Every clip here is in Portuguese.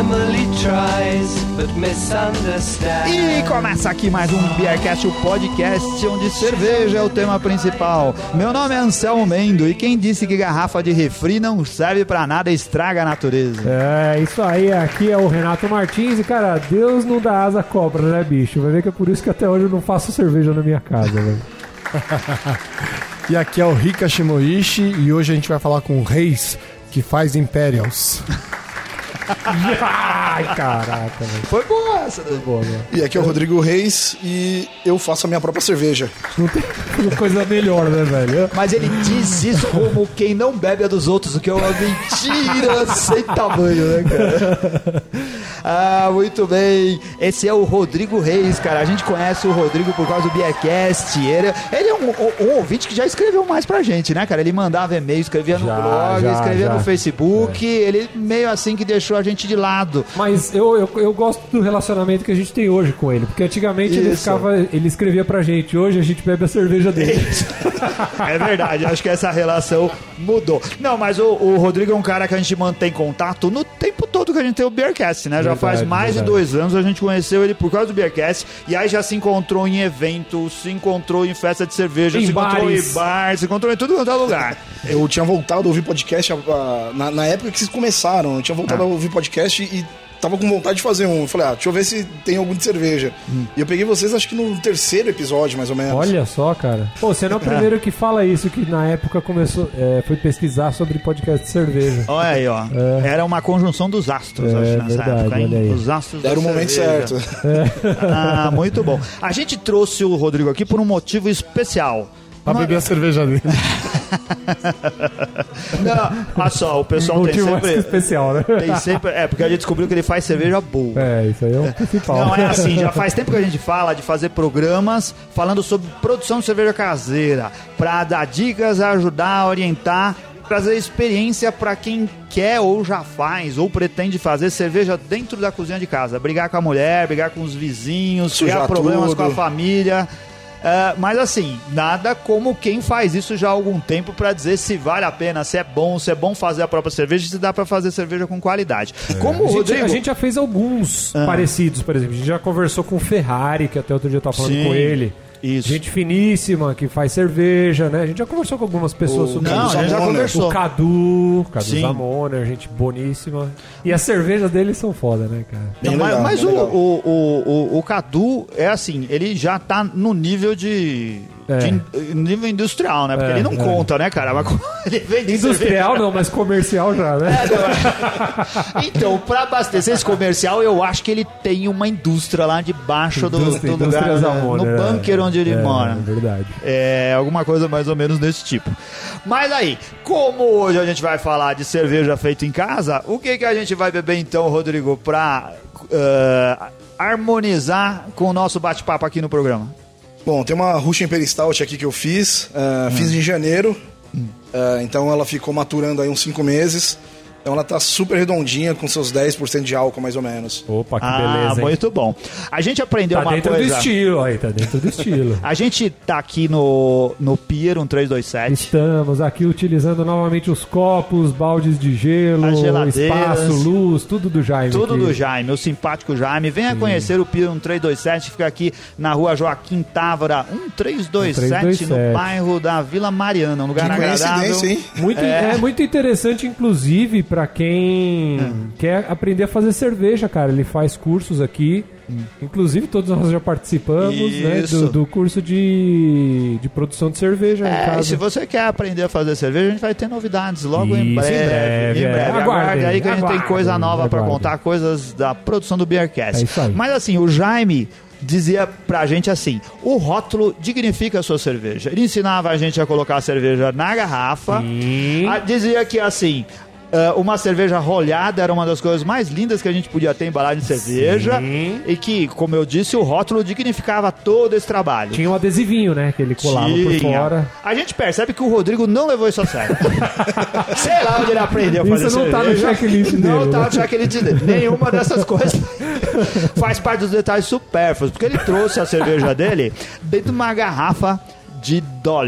E começa aqui mais um Beercast, o podcast onde cerveja é o tema principal. Meu nome é Anselmo Mendo e quem disse que garrafa de refri não serve pra nada estraga a natureza. É, isso aí, aqui é o Renato Martins e, cara, Deus não dá asa à cobra, né, bicho? Vai ver que é por isso que até hoje eu não faço cerveja na minha casa, velho. E aqui é o Rika Shimoishi e hoje a gente vai falar com o Reis, que faz Imperials. Ai, caraca, velho. Foi boa essa, né? Boa, né? E aqui é o Rodrigo Reis e eu faço a minha própria cerveja. Não tem coisa melhor, né, velho? Mas ele diz isso como quem não bebe a dos outros, o que é uma mentira sem tamanho, né, cara? Ah, muito bem. Esse é o Rodrigo Reis, cara. A gente conhece o Rodrigo por causa do Beercast. Ele é um ouvinte que já escreveu mais pra gente, né, cara? Ele mandava e-mail, escrevia no blog, escrevia no Facebook. Ele meio assim que deixou a gente de lado. Mas eu gosto do relacionamento que a gente tem hoje com ele, porque antigamente ele escrevia pra gente, hoje a gente bebe a cerveja dele. É verdade, acho que essa relação mudou. Não, mas o Rodrigo é um cara que a gente mantém contato no tempo todo que a gente tem o Beercast, né? Já faz mais de 2 anos, a gente conheceu ele por causa do Beercast, e aí já se encontrou em eventos, se encontrou em festa de cerveja, se encontrou em bar, se encontrou em tudo quanto é lugar. Eu tinha voltado a ouvir podcast na época que vocês começaram. Eu tinha voltado a ouvir podcast e tava com vontade de fazer um. Eu falei, deixa eu ver se tem algum de cerveja. E eu peguei vocês, acho que no 3º episódio, mais ou menos. Olha só, cara. Pô, você não é o primeiro que fala isso, que na época foi pesquisar sobre podcast de cerveja. Olha aí, ó. Era uma conjunção dos astros, acho, nessa verdade, época, hein? olha aí. Os astros Era da o momento cerveja. certo. Ah, muito bom. A gente trouxe o Rodrigo aqui por um motivo especial. Pra beber a cerveja dele. Não, olha só, o pessoal tem motivo sempre... mais especial, né? Tem sempre... porque a gente descobriu que ele faz cerveja boa. Isso aí é o principal. Não, é assim, já faz tempo que a gente fala de fazer programas falando sobre produção de cerveja caseira, pra dar dicas, ajudar, orientar, trazer experiência pra quem quer ou já faz ou pretende fazer cerveja dentro da cozinha de casa. Brigar com a mulher, brigar com os vizinhos, criar problemas com a família... mas assim, nada como quem faz isso já há algum tempo pra dizer se vale a pena, se é bom fazer a própria cerveja, se dá pra fazer cerveja com qualidade. Como o Rodrigo... A gente já fez alguns parecidos, por exemplo. A gente já conversou com o Ferrari, que até outro dia eu tava falando com ele. Isso. Gente finíssima, que faz cerveja, né? A gente já conversou com algumas pessoas sobre isso. A gente já conversou. O Cadu Zamoner, gente boníssima. E as cervejas dele são foda, né, cara? Não, legal, mas legal. o Cadu é assim, ele já tá no nível de nível industrial, né? Porque ele não conta, né, cara? Mas ele vende industrial não, mas comercial já, né? Então, pra abastecer esse comercial, eu acho que ele tem uma indústria lá debaixo do lugar, Zamoner, no bunker onde ele mora. É verdade. É, alguma coisa mais ou menos desse tipo. Mas aí, como hoje a gente vai falar de cerveja feita em casa, o que a gente vai beber então, Rodrigo, pra harmonizar com o nosso bate-papo aqui no programa? Bom, tem uma Russian Imperial Stout aqui que eu fiz. Fiz em janeiro. Então ela ficou maturando aí uns 5 meses. Então ela tá super redondinha, com seus 10% de álcool, mais ou menos. Opa, que beleza, hein? Muito bom. A gente aprendeu uma coisa... Tá dentro do estilo, aí, tá dentro do estilo. A gente tá aqui no Pier 1327. Estamos aqui utilizando novamente os copos, baldes de gelo, espaço, luz, tudo do Jaime. Tudo aqui. do Jaime, o simpático Jaime. Venha conhecer o Pier 1327, que fica aqui na rua Joaquim Távora, 1327, no bairro da Vila Mariana, um lugar agradável. Hein? Muito interessante, inclusive, pra quem quer aprender a fazer cerveja, cara. Ele faz cursos aqui. Inclusive, todos nós já participamos, né, do curso de produção de cerveja em casa. E se você quer aprender a fazer cerveja, a gente vai ter novidades logo em breve. Aguarde aí que a gente tem coisa nova pra contar, coisas da produção do Beercast. É isso aí. Mas assim, o Jaime dizia pra gente assim, o rótulo dignifica a sua cerveja. Ele ensinava a gente a colocar a cerveja na garrafa. Dizia que assim... uma cerveja rolhada era uma das coisas mais lindas que a gente podia ter em embalagem de cerveja. Sim. E que, como eu disse, o rótulo dignificava todo esse trabalho. Tinha um adesivinho, né? Que ele colava por fora. A gente percebe que o Rodrigo não levou isso a sério. Sei lá onde ele aprendeu a fazer cerveja. Isso não tá no checklist dele. Não tá no checklist dele. Nenhuma dessas coisas faz parte dos detalhes supérfluos. Porque ele trouxe a cerveja dele dentro de uma garrafa de Dolly.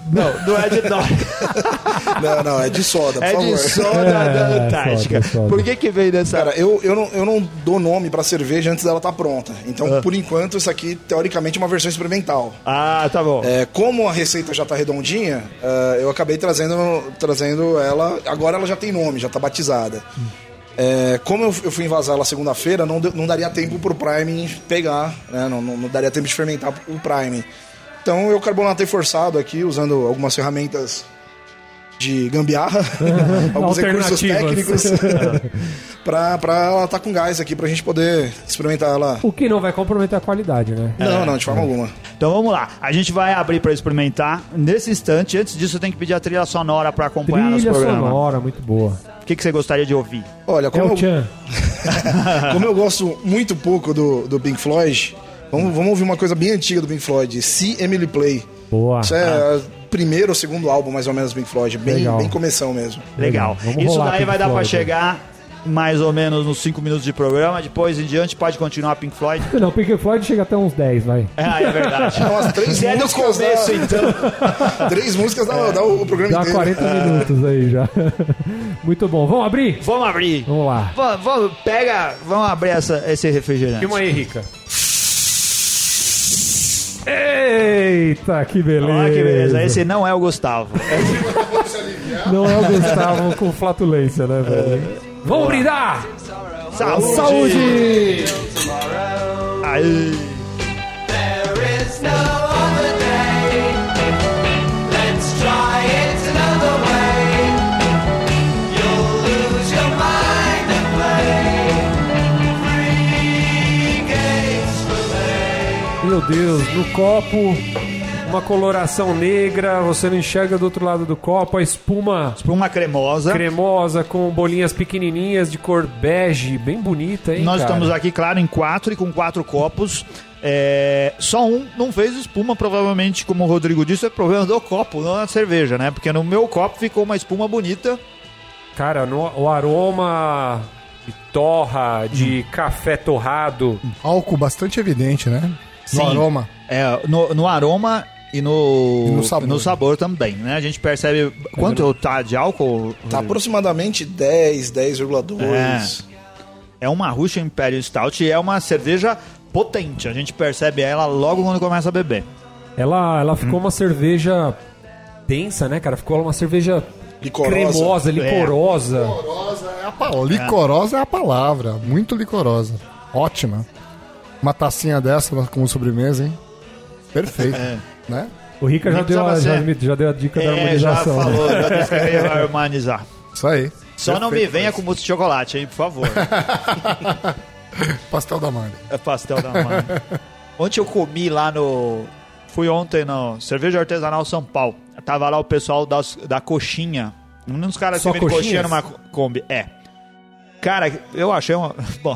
Não é de Dolly. Não, é de soda, por É favor. de soda da Antártica. soda. Por que veio dessa... Cara, eu não dou nome pra cerveja antes dela estar pronta. Então, por enquanto, isso aqui, teoricamente, é uma versão experimental. Ah, tá bom. Como a receita já tá redondinha, eu acabei trazendo ela... Agora ela já tem nome, já tá batizada. Como eu fui envasar ela segunda-feira, não daria tempo pro Prime pegar, né? Não daria tempo de fermentar o Prime. Então eu carbonatei forçado aqui, usando algumas ferramentas de gambiarra, alguns recursos técnicos, pra ela estar com gás aqui, pra gente poder experimentar ela. O que não vai comprometer a qualidade, né? Não, de forma alguma. Então vamos lá. A gente vai abrir pra experimentar nesse instante. Antes disso, eu tenho que pedir a trilha sonora pra acompanhar nosso Trilha programa. sonora, muito boa. O que você gostaria de ouvir? Olha, É o Chan. como eu gosto muito pouco do Pink Floyd, vamos ouvir uma coisa bem antiga do Pink Floyd, See Emily Play. Boa. Isso é o primeiro ou segundo álbum, mais ou menos, do Pink Floyd. Bem começão mesmo. Legal. Vamos Isso rolar daí Pink vai dar pra Floyd. chegar mais ou menos nos 5 minutos de programa. Depois em diante pode continuar Pink Floyd. Não, Pink Floyd chega até uns 10, vai. É verdade. Umas 3 Se é no músicas começo, então. 3 músicas dá o programa Dá inteiro. 40 minutos aí já. Muito bom. Vamos abrir? Vamos abrir. Vamos lá. Vamos abrir esse refrigerante. Filma aí, Rica. Eita, que beleza. Olha que beleza. Esse não é o Gustavo. Não é o Gustavo com flatulência, né, velho? Vamos brindar! Saúde! Saúde! Aí. There is no other day. Let's try it another way. You'll lose your mind and play. Free games for me. Meu Deus, no copo, uma coloração negra, você não enxerga do outro lado do copo, a espuma Espuma cremosa. cremosa com bolinhas pequenininhas de cor bege, bem bonita, hein, Nós cara? estamos aqui, claro, em 4 e com 4 copos. Só um não fez espuma, provavelmente, como o Rodrigo disse, é problema do copo, não da cerveja, né? Porque no meu copo ficou uma espuma bonita. Cara, o aroma de torra, de café torrado. Álcool bastante evidente, né? No Sim. aroma. No aroma e no sabor. também, né? A gente percebe quanto tá de álcool. Tá aproximadamente 10,2. É uma Russian Imperial Stout e é uma cerveja potente. A gente percebe ela logo quando começa a beber. Ela ficou uma cerveja densa, né, cara? Ficou uma cerveja Licorosa. cremosa, licorosa. Licorosa é a palavra. Muito licorosa. Ótima. Uma tacinha dessa como sobremesa, hein? Perfeito. Né? O Rica já Nem deu, precisava já deu a dica da já harmonização. né? falou, já disse que ia harmonizar. Isso aí. Só não me Perfeito. venha com mousse de chocolate, hein, por favor. Pastel da Mari. É pastel da mãe. Ontem eu comi lá no... Fui ontem no Cerveja Artesanal São Paulo. Tava lá o pessoal da coxinha. Um dos caras Só que vende coxinha coxinhas? numa Kombi. Cara, eu achei uma... Bom...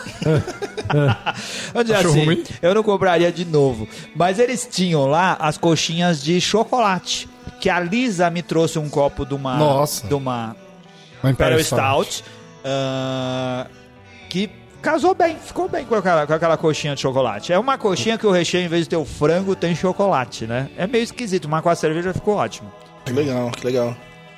Vamos dizer Achou assim, ruim? eu não cobraria de novo. Mas eles tinham lá as coxinhas de chocolate. Que a Lisa me trouxe um copo de uma... Nossa. De uma Uma Imperial Imperial Stout. Que casou bem, ficou bem com aquela coxinha de chocolate. É uma coxinha que o recheio, em vez de ter o frango, tem chocolate, né? É meio esquisito, mas com a cerveja ficou ótimo. Que legal.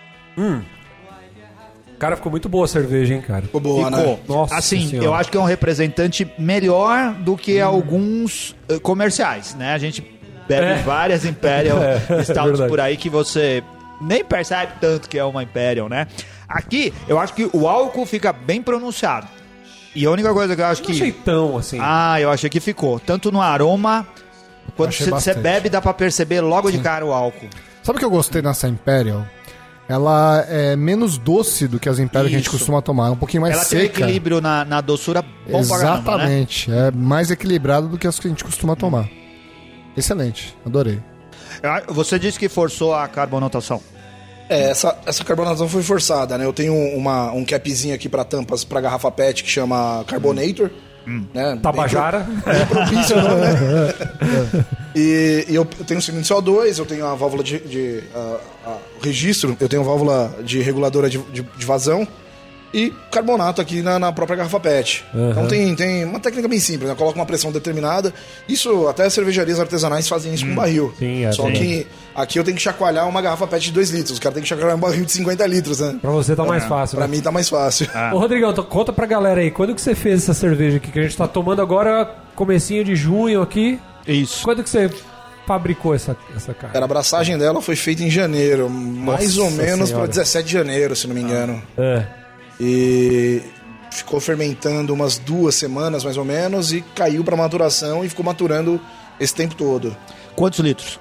Cara, ficou muito boa a cerveja, hein, cara? Ficou boa, Ficou. né? Nossa Assim, Senhora. eu acho que é um representante melhor do que alguns comerciais, né? A gente bebe várias Imperial Stouts verdade. por aí que você nem percebe tanto que é uma Imperial, né? Aqui, eu acho que o álcool fica bem pronunciado. E a única coisa que eu acho Não que... achei tão assim. eu achei que ficou. Tanto no aroma, quando Achei você bastante. bebe, dá pra perceber logo de cara o álcool. Sabe o que eu gostei nessa Imperial? Ela é menos doce do que as Imperial que a gente Isso. costuma tomar. É um pouquinho mais Ela tem seca. equilíbrio na doçura bom pra caramba, né? Exatamente. É mais equilibrado do que as que a gente costuma tomar. Excelente. Adorei. Você disse que forçou a carbonatação. Essa carbonatação foi forçada, né? Eu tenho um capzinho aqui pra tampas pra garrafa PET que chama Carbonator. Né? Tabajara. Bem propício, né? E eu tenho um cilindro CO2, eu tenho a válvula de registro, eu tenho válvula de reguladora de vazão. e carbonato aqui na própria garrafa PET. Então tem uma técnica bem simples, né? Coloca uma pressão determinada. Isso, até as cervejarias artesanais fazem isso com barril. Sim, Só que aqui eu tenho que chacoalhar uma garrafa PET de 2 litros. Os caras têm que chacoalhar um barril de 50 litros, né? Pra você tá mais fácil, Pra né? mim tá mais fácil. Ô, Rodrigão, então conta pra galera aí, quando que você fez essa cerveja aqui, que a gente tá tomando agora, comecinho de junho aqui? Isso. Quando que você fabricou essa cara? A abraçagem dela foi feita em janeiro, mais ou menos Senhora. para 17 de janeiro, se não me engano. É. E ficou fermentando umas 2 semanas, mais ou menos, e caiu para maturação e ficou maturando esse tempo todo. Quantos litros?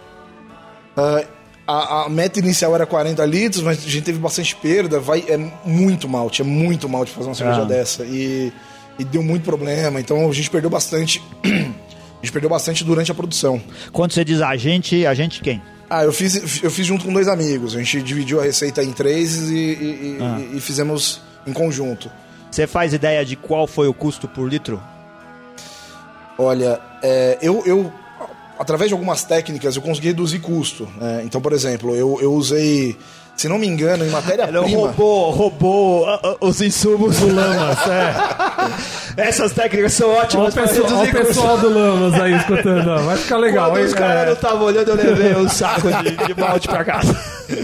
A meta inicial era 40 litros, mas a gente teve bastante perda. É muito malte fazer uma cerveja dessa. E deu muito problema, então a gente perdeu bastante. A gente perdeu bastante durante a produção. Quando você diz a gente quem? Eu fiz junto com 2 amigos. A gente dividiu a receita em 3 e fizemos em conjunto. Você faz ideia de qual foi o custo por litro? Olha, eu através de algumas técnicas eu consegui reduzir custo. Então, por exemplo, eu usei, se não me engano, em matéria-prima... roubou os insumos do Lamas. Essas técnicas são ótimas para reduzir Olha o pessoal do Lamas aí escutando, ó. Vai ficar legal. Quando hein? os caras não estavam olhando, eu levei um saco de malte pra casa.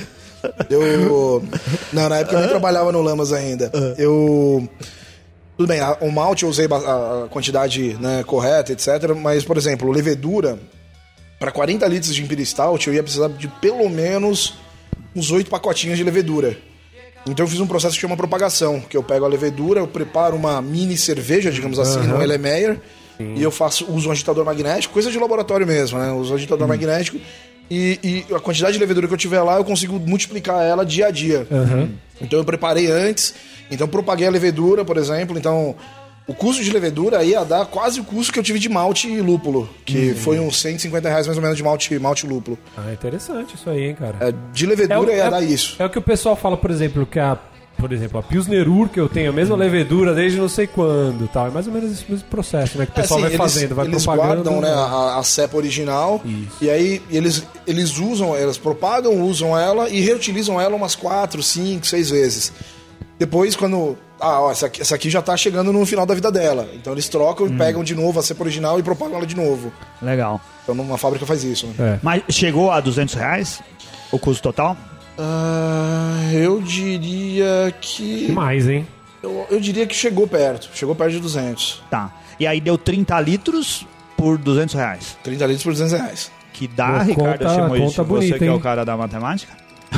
Não, na época eu nem trabalhava no Lamas ainda. Tudo bem, o malte eu usei a quantidade, né, correta, etc. Mas, por exemplo, levedura, para 40 litros de Imperial Stout, eu ia precisar de pelo menos uns 8 pacotinhos de levedura. Então eu fiz um processo que chama propagação, que eu pego a levedura, eu preparo uma mini cerveja, digamos assim, no Erlenmeyer, e eu uso um agitador magnético, coisa de laboratório mesmo, né? Eu uso um agitador magnético e a quantidade de levedura que eu tiver lá, eu consigo multiplicar ela dia a dia. Então eu preparei antes, então propaguei a levedura, por exemplo, então o custo de levedura ia dar quase o custo que eu tive de malte e lúpulo, que foi uns R$150 mais ou menos de malte e lúpulo. Interessante isso aí, hein, cara. De levedura ia dar isso. É o que o pessoal fala, por exemplo, que a Pilsner Ur, que eu tenho a mesma levedura desde não sei quando, tal. É mais ou menos esse mesmo processo, né? Que o pessoal vai fazendo, vai eles propagando. Guardam, né, a cepa original. Isso. E aí eles usam, elas propagam, usam ela e reutilizam ela umas 4, 5, 6 vezes. Depois, quando... essa aqui já tá chegando no final da vida dela. Então eles trocam e pegam de novo a cepa original e propagam ela de novo. Legal. Então uma fábrica faz isso, né? Mas chegou a R$200 o custo total? Eu diria que... Que mais, hein? Eu diria que chegou perto de 200. Tá. E aí deu 30 litros por R$200. 30 litros por R$200. Que dá, Ricardo Chimoichi, você bonita, que é hein? o cara da matemática?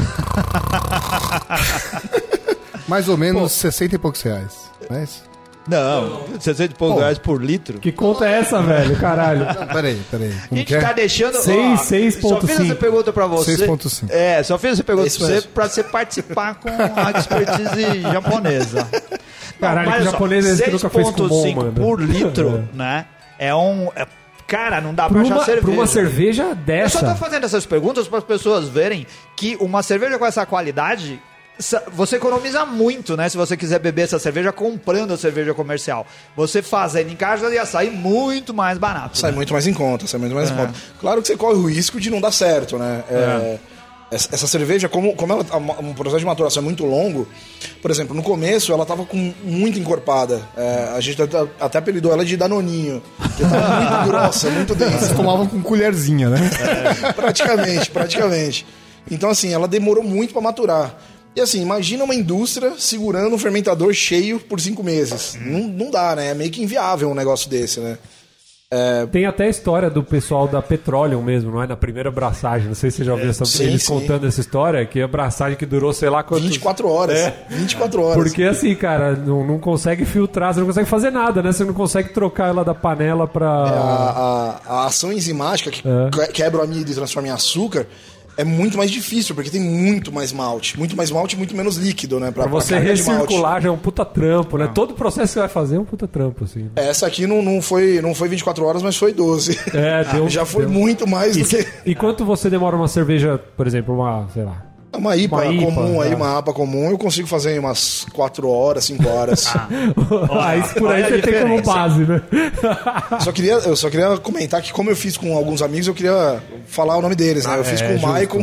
Mais ou menos 60 e poucos reais. Não é isso? Não, 60 e poucos reais por litro. Que conta é essa, velho? Caralho. Peraí. A Como gente que é? tá deixando... 6,5. Só fiz essa pergunta pra você. 6,5. Só fiz essa pergunta Isso pra você mesmo. pra você participar com a expertise japonesa. Caralho, que japonês é esse que nunca fez com 6,5 mano. por litro, né? Cara, não dá pra achar Pra cerveja. uma cerveja Eu dessa. só tô fazendo essas perguntas para as pessoas verem que uma cerveja com essa qualidade, você economiza muito, né? Se você quiser beber essa cerveja comprando a cerveja comercial. Você fazendo em casa ia sair muito mais barato. Sai muito mais em conta, Claro que você corre o risco de não dar certo, né? Essa cerveja, como um processo de maturação é muito longo, por exemplo, no começo ela tava muito encorpada. A gente até apelidou ela de Danoninho, porque tava muito grossa, muito densa. Vocês tomavam com colherzinha, né? Praticamente. Então, assim, ela demorou muito para maturar. E assim, imagina uma indústria segurando um fermentador cheio por 5 meses. Não dá, né? É meio que inviável um negócio desse, né? Tem até a história do pessoal da Petroleum mesmo, não é? Na primeira abraçagem. Não sei se você já ouviu eles contando essa história, que a abraçagem que durou sei lá quantos... 24 horas. 24 horas. Porque assim, cara, não consegue filtrar, você não consegue fazer nada, né? Você não consegue trocar ela da panela pra... A ação enzimática que quebra o amido e transforma em açúcar é muito mais difícil, porque tem muito mais malte e muito menos líquido, né? Pra você recircular já é um puta trampo, né? Todo processo que você vai fazer é um puta trampo, assim. Essa aqui não foi 24 horas, mas foi 12. Já foi muito mais do que... E quanto você demora uma cerveja, por exemplo, sei lá... Uma IPA comum, uma APA comum, eu consigo fazer em umas 4 horas, 5 horas. Aí por aí você tem como base, né? Eu só queria comentar que, como eu fiz com alguns amigos, eu queria falar o nome deles, né? Eu fiz com o Maicon.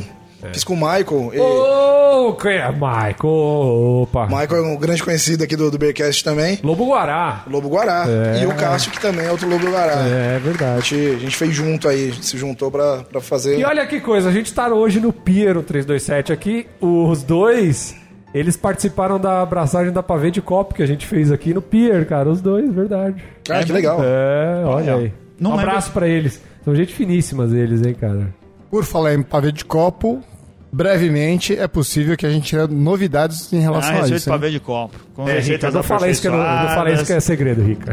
Fiz com o Michael. Quem é Michael? Opa. Michael é um grande conhecido aqui do Beercast também. Lobo Guará. Lobo Guará. É. E o Cássio, que também é outro Lobo Guará. É verdade. A gente fez junto aí, se juntou pra fazer. E olha que coisa, a gente tá hoje no Pier, o 327 aqui, os dois, eles participaram da abraçagem da Pavê de Copo que a gente fez aqui no Pier, cara, os dois, verdade. Ah, que legal. Olha aí. Não Um abraço pra eles. São gente finíssimas eles, hein, cara. Por falar em pavê de copo, brevemente é possível que a gente tenha novidades em relação a receita isso. de hein? pavê de copo. Com Rica, receitas não fala isso que não fala isso que é segredo, Rica.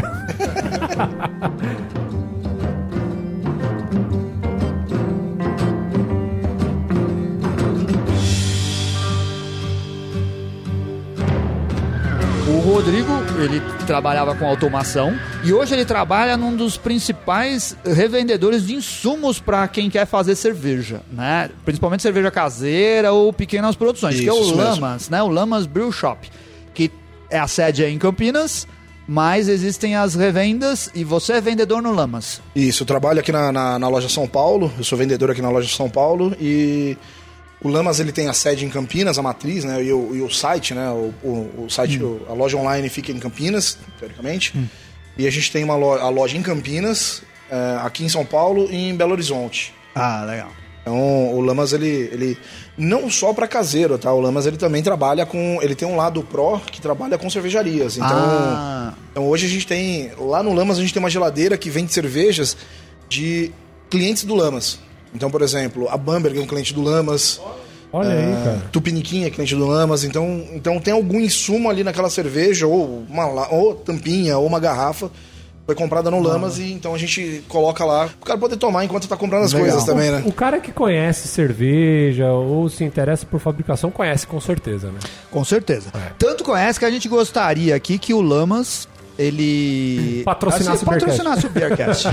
O Rodrigo, ele trabalhava com automação e hoje ele trabalha num dos principais revendedores de insumos para quem quer fazer cerveja, né? Principalmente cerveja caseira ou pequenas produções, que é o Isso mesmo. Lamas, né? O Lamas Brew Shop, que é a sede em Campinas, mas existem as revendas e você é vendedor no Lamas. Isso, eu trabalho aqui na loja São Paulo, eu sou vendedor aqui na loja São Paulo e o Lamas ele tem a sede em Campinas, a matriz, né, e o site, né, o site, a loja online fica em Campinas, teoricamente, e a gente tem a loja em Campinas, aqui em São Paulo e em Belo Horizonte. Ah, legal. Então, o Lamas, ele não só para caseiro, tá? O Lamas, ele também trabalha com... Ele tem um lado pro que trabalha com cervejarias. Então, hoje a gente tem... Lá no Lamas, a gente tem uma geladeira que vende cervejas de clientes do Lamas. Então, por exemplo, a Bamberg é um cliente do Lamas. Olha aí, cara. Tupiniquim é cliente do Lamas. Então tem algum insumo ali naquela cerveja, ou tampinha, ou uma garrafa... Foi comprada no Lamas e então a gente coloca lá o cara poder tomar enquanto tá comprando as Legal. coisas também, né? O cara que conhece cerveja ou se interessa por fabricação, conhece com certeza, né? Com certeza. Tanto conhece que a gente gostaria aqui que o Lamas, ele... Patrocinasse o patrocinasse o Beercast.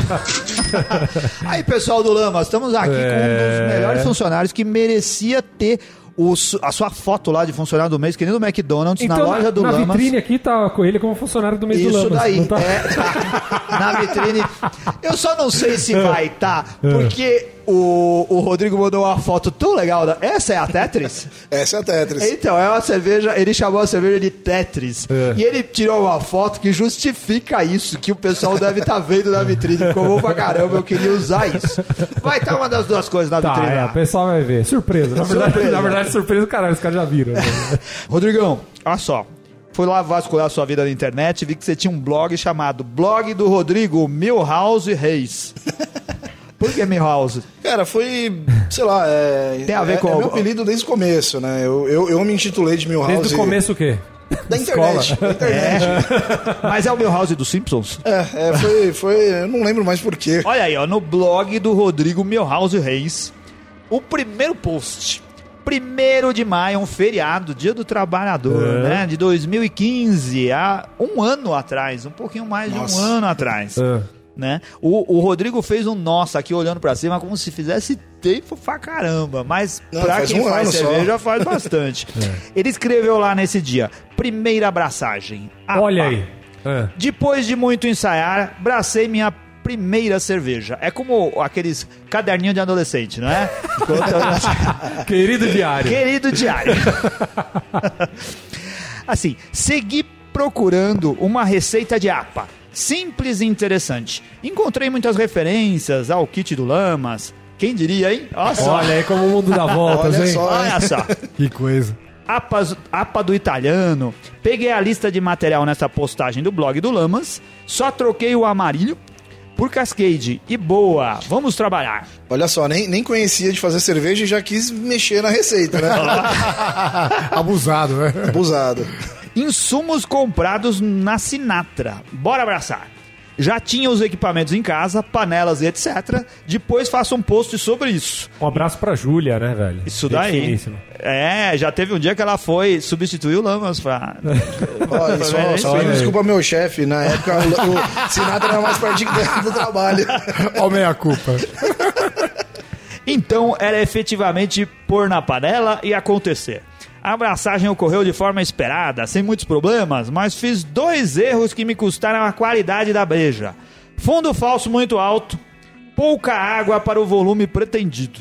Aí, pessoal do Lamas, estamos aqui com um dos melhores funcionários que merecia ter a sua foto lá de funcionário do mês, que nem do McDonald's, Então, na loja do na Lamas. vitrine aqui tá com ele como funcionário do mês do Isso Lamas. daí, não tá? na vitrine. Eu só não sei se vai porque o Rodrigo mandou uma foto tão legal. Essa é a Tetris? Essa é a Tetris. Então, é uma cerveja, ele chamou a cerveja de Tetris. E ele tirou uma foto que justifica isso, que o pessoal deve estar vendo na vitrine. Ficou bom pra caramba, eu queria usar isso. Vai estar uma das duas coisas na vitrine lá. O pessoal vai ver. Surpresa. Na verdade, surpresa, caralho, os caras já viram. Né? Rodrigão, olha só. Fui lá vasculhar a sua vida na internet e vi que você tinha um blog chamado Blog do Rodrigo Milhouse Reis. Por que Milhouse? Cara, foi, sei lá, Tem a ver com meu apelido desde o começo, né? Eu me intitulei de Milhouse. Desde o começo o quê? Da internet. Da internet. Mas é o Milhouse dos Simpsons? Foi, eu não lembro mais por quê. Olha aí, ó, no blog do Rodrigo Milhouse Reis, o primeiro post, 1º de maio, um feriado, Dia do Trabalhador, né? De 2015, há um ano atrás, um pouquinho mais de um ano atrás. Né? O Rodrigo fez um nossa aqui olhando pra cima como se fizesse tempo pra caramba, mas pra quem faz cerveja faz bastante. Ele escreveu lá nesse dia: primeira abraçagem. Olha aí. Depois de muito ensaiar, bracei minha primeira cerveja. É como aqueles caderninhos de adolescente, não é? Querido diário. Querido diário. Assim, segui procurando uma receita de APA. Simples e interessante. Encontrei muitas referências ao kit do Lamas. Quem diria, hein? Olha aí como o mundo dá voltas, hein? Olha só. Que coisa. APA do italiano. Peguei a lista de material nessa postagem do blog do Lamas. Só troquei o amarilho por Cascade. E boa, vamos trabalhar. Olha só, nem conhecia de fazer cerveja e já quis mexer na receita, né? Abusado, né? Abusado. Insumos comprados na Sinatra. Bora abraçar. Já tinha os equipamentos em casa, panelas e etc. Depois faço um post sobre isso. Um abraço pra Júlia, né, velho? Isso daí. Finíssimo. Já teve um dia que ela foi substituir o Lamas pra... Só desculpa meu chefe, na época o Sinatra era mais pertinho do trabalho. Ó, meia culpa. Então era efetivamente pôr na panela e acontecer. A abraçagem ocorreu de forma esperada, sem muitos problemas, mas fiz 2 erros que me custaram a qualidade da breja. Fundo falso muito alto, pouca água para o volume pretendido.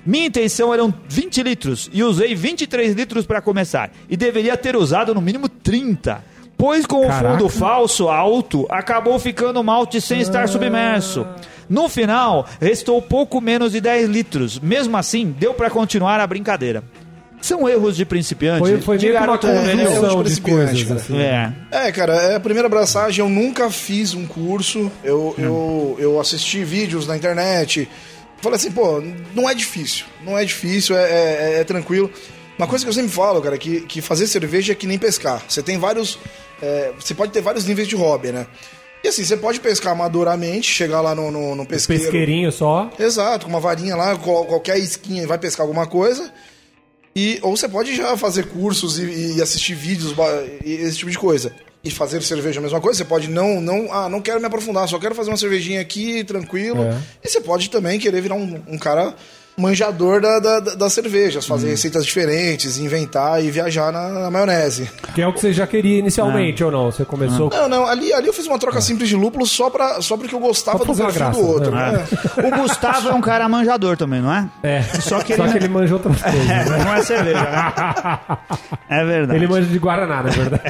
Minha intenção eram 20 litros e usei 23 litros para começar. E deveria ter usado no mínimo 30. Pois com Caraca. o fundo falso alto, acabou ficando o malte sem estar submerso. No final, restou pouco menos de 10 litros. Mesmo assim, deu para continuar a brincadeira. São erros de principiante. Foi de meio que uma garoto convenção de principiante, coisas. cara. Assim. Cara, é a primeira abraçagem, eu nunca fiz um curso, eu assisti vídeos na internet, falei assim, pô, não é difícil, é tranquilo. Uma coisa que eu sempre falo, cara, que fazer cerveja é que nem pescar. Você tem vários, você pode ter vários níveis de hobby, né? E assim, você pode pescar amadoramente, chegar lá no pesqueiro. Pesqueirinho só. Exato, com uma varinha lá, qualquer isquinha e vai pescar alguma coisa. Ou você pode já fazer cursos e assistir vídeos e esse tipo de coisa. E fazer cerveja é a mesma coisa. Você pode não quero me aprofundar, só quero fazer uma cervejinha aqui, tranquilo. E você pode também querer virar um cara manjador das cervejas, fazer receitas diferentes, inventar e viajar na maionese. Que é o que você já queria inicialmente, ou não? Você começou... Não, ali eu fiz uma troca simples de lúpulo só porque eu gostava Pra do fazer uma perfil graça, do outro. né? O Gustavo é um cara manjador também, não é? Só que que ele- ele manja outras coisas. Né? Não é cerveja, né? É verdade. Ele manja de Guaraná, na verdade.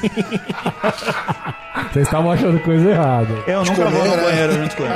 Vocês estavam achando coisa errada. Eu nunca vou no banheiro junto com ele.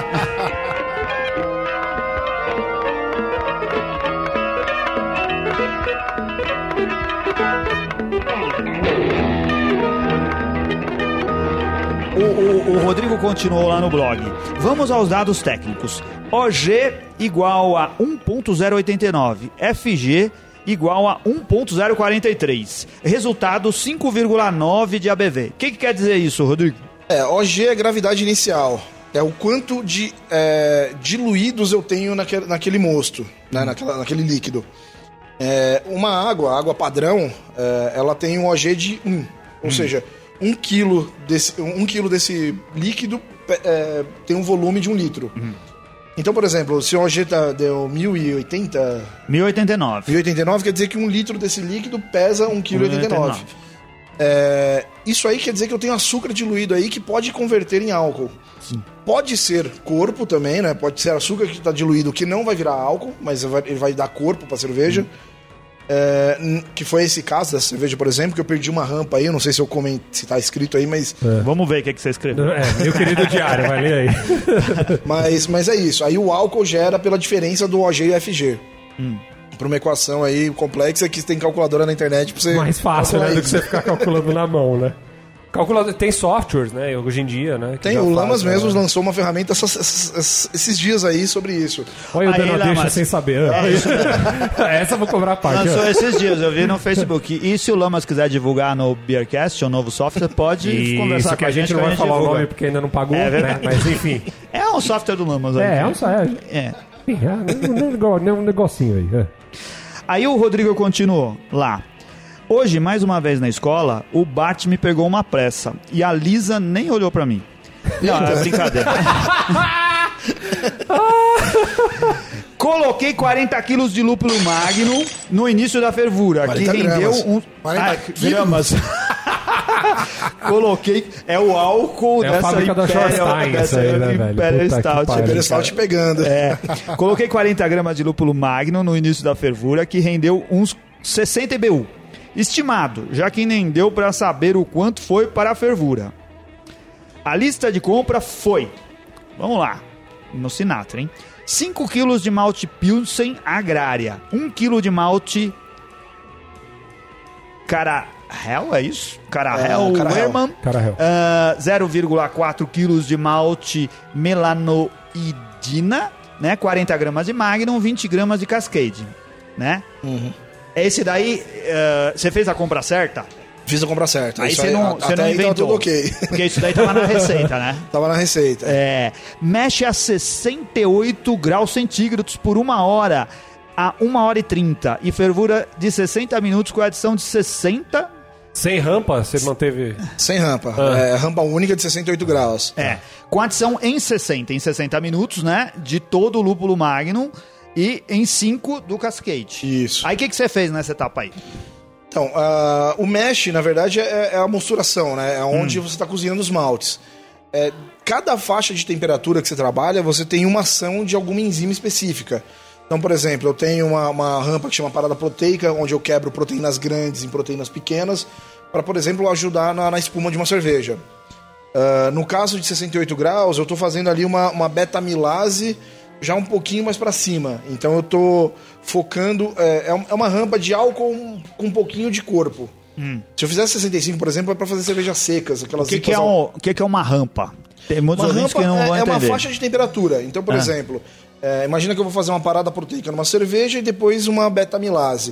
O Rodrigo continuou lá no blog. Vamos aos dados técnicos. OG igual a 1.089. FG igual a 1.043. Resultado 5,9 de ABV. O que quer dizer isso, Rodrigo? OG é gravidade inicial. É o quanto de diluídos eu tenho naquele mosto, né? naquele líquido. Uma água padrão, ela tem um OG de 1. Ou seja, 1 quilo desse líquido tem um volume de 1 litro. Então, por exemplo, se o OG deu 1080... 1089. 1089 quer dizer que 1 litro desse líquido pesa 1,89 kg. Isso aí quer dizer que eu tenho açúcar diluído aí que pode converter em álcool. Sim. Pode ser corpo também, né? Pode ser açúcar que está diluído que não vai virar álcool, mas ele vai dar corpo para a cerveja. Que foi esse caso dessa cerveja, por exemplo, que eu perdi uma rampa aí, eu não sei se se tá escrito aí, mas... Vamos ver o que você escreveu. Meu querido diário, vai ler aí. mas é isso. Aí o álcool gera pela diferença do OG e FG. Para uma equação aí complexa que tem calculadora na internet pra você... Mais fácil, né? calcular Do que isso. você ficar calculando na mão, né? Tem softwares, né? Hoje em dia, né? que Tem, já o Lamas faz, mesmo né? lançou uma ferramenta esses dias aí sobre isso. Olha, eu Aí, dando a deixa Lamas. sem saber. Essa eu vou cobrar a parte. Lançou ó. esses dias, eu vi no Facebook. E se o Lamas quiser divulgar no Beercast, o novo software, pode conversar Isso com que a gente não que vai falar o divulga. nome porque ainda não pagou, É né? verdade. Mas enfim. É um software do Lamas. né? É um negocinho aí. Aí o Rodrigo continuou lá. Hoje, mais uma vez na escola, o Bart me pegou uma pressa e a Lisa nem olhou pra mim. Não, é brincadeira. Coloquei 40 quilos de lúpulo magno no início da fervura, que 40 rendeu gramas. um... 40 gramas. Coloquei... É o álcool É a dessa fábrica da Imperial- Shorstein, dessa isso aí, né, velho? Imperial Puta que Stout. pariu. Ele está te pegando. Coloquei 40 gramas de lúpulo magno no início da fervura, que rendeu uns 60 IBU. Estimado, já que nem deu para saber o quanto foi para a fervura. A lista de compra foi... Vamos lá, no Sinatra, hein? 5 quilos de malte Pilsen Agrária. 1 quilo de malte... Carahel, é isso? Carahel Carahel. Wehrmann. Carahel. 0,4 quilos de malte melanoidina, né? 40 gramas de Magnum, 20 gramas de Cascade, né? Esse daí, você fez a compra certa? Fiz a compra certa. Aí Isso você não, até você não aí tava inventou. tudo ok. Porque isso daí tava na receita, né? Tava na receita. Mexe a 68 graus centígrados por 1 hora a 1 hora e 30. E fervura de 60 minutos com adição de 60... Sem rampa, você manteve... Sem rampa. Rampa única de 68 graus. Com adição em 60 minutos, né? De todo o lúpulo Magnum e em 5 do Cascade. Isso. Aí o que você fez nessa etapa aí? Então, o mash, na verdade, é a mosturação, né? É onde você está cozinhando os maltes. Cada faixa de temperatura que você trabalha, você tem uma ação de alguma enzima específica. Então, por exemplo, eu tenho uma rampa que chama parada proteica, onde eu quebro proteínas grandes em proteínas pequenas, para, por exemplo, ajudar na espuma de uma cerveja. No caso de 68 graus, eu estou fazendo ali uma beta-amilase já um pouquinho mais para cima. Então eu estou focando... É uma rampa de álcool com um pouquinho de corpo. Se eu fizesse 65, por exemplo, é para fazer cervejas secas. O que é uma rampa? Tem muitos ouvintes que não vão entender. É uma faixa de temperatura. Então, por exemplo, imagina que eu vou fazer uma parada proteica numa cerveja e depois uma beta-amilase.